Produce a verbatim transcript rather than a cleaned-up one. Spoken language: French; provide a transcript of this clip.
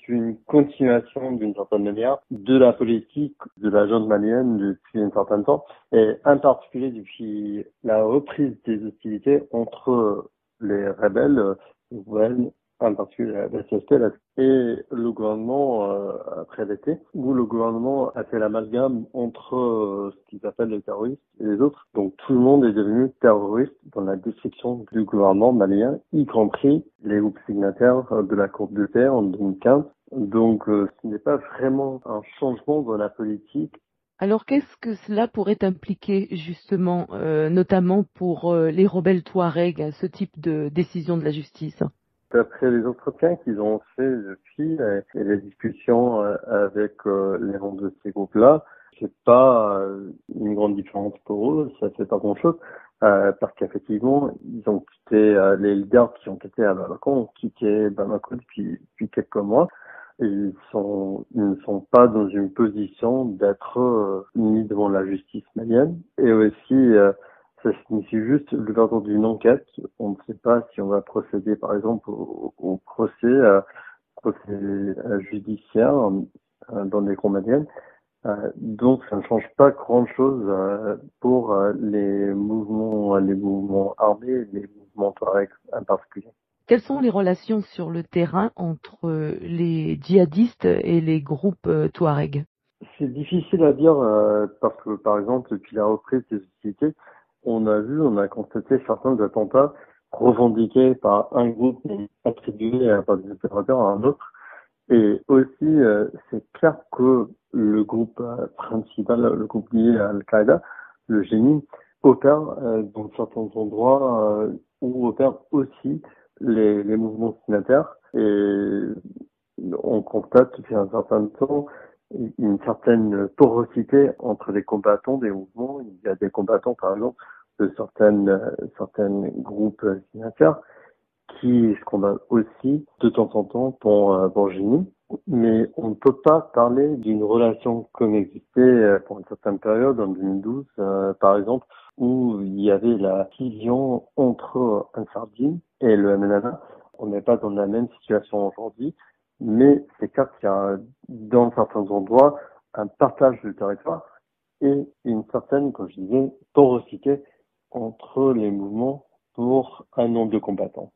une continuation d'une certaine manière de la politique de la junte malienne depuis un certain temps, et en particulier depuis la reprise des hostilités entre les rebelles, rebelles en particulier la C S P et le gouvernement euh, après l'été, où le gouvernement a fait l'amalgame entre euh, ce qu'ils appellent les terroristes et les autres. Donc tout le monde est devenu terroriste dans la description du gouvernement malien, y compris les groupes signataires de l'accord de paix en deux mille quinze. Donc euh, ce n'est pas vraiment un changement dans la politique. Alors qu'est-ce que cela pourrait impliquer justement, euh, notamment pour euh, les rebelles Touaregs, ce type de décision de la justice? D'après les entretiens qu'ils ont fait depuis et, et les discussions euh, avec euh, les membres de ces groupes-là, c'est pas euh, une grande différence pour eux, ça fait pas grand-chose, euh, parce qu'effectivement, ils ont quitté, euh, les leaders qui ont quitté à Bamako ont quitté Bamako depuis, depuis quelques mois, et ils sont, ils ne sont pas dans une position d'être euh, mis devant la justice malienne, et aussi euh, ça signifie juste l'ouverture d'une enquête. On ne sait pas si on va procéder, par exemple, au, au procès, euh, procès euh, judiciaire euh, dans les grands maliennes. Euh, donc, ça ne change pas grand-chose euh, pour euh, les mouvements, les mouvements armés, les mouvements Touareg en particulier. Quelles sont les relations sur le terrain entre les djihadistes et les groupes Touaregs? C'est difficile à dire euh, parce que, par exemple, depuis la reprise des hostilités, on a vu, on a constaté certains attentats revendiqués par un groupe et attribués par des opérateurs à un autre. Et aussi, euh, c'est clair que le groupe euh, principal, le groupe lié à Al-Qaïda, le Génie, opère euh, dans certains endroits euh, où opèrent aussi les, les mouvements signataires. Et on constate depuis un certain temps une certaine porosité entre les combattants des mouvements. Il y a des combattants, par exemple, de certaines, certains groupes signataires qui se combattent aussi de temps en temps pour, euh, pour Génie. Mais on ne peut pas parler d'une relation comme existait pour une certaine période, en deux mille douze, euh, par exemple, où il y avait la fusion entre Ansar-Dine et le M N L A. On n'est pas dans la même situation aujourd'hui, mais c'est clair qu'il y a, dans certains endroits, un partage du territoire et une certaine, comme je disais, porosité entre les mouvements pour un nombre de combattants.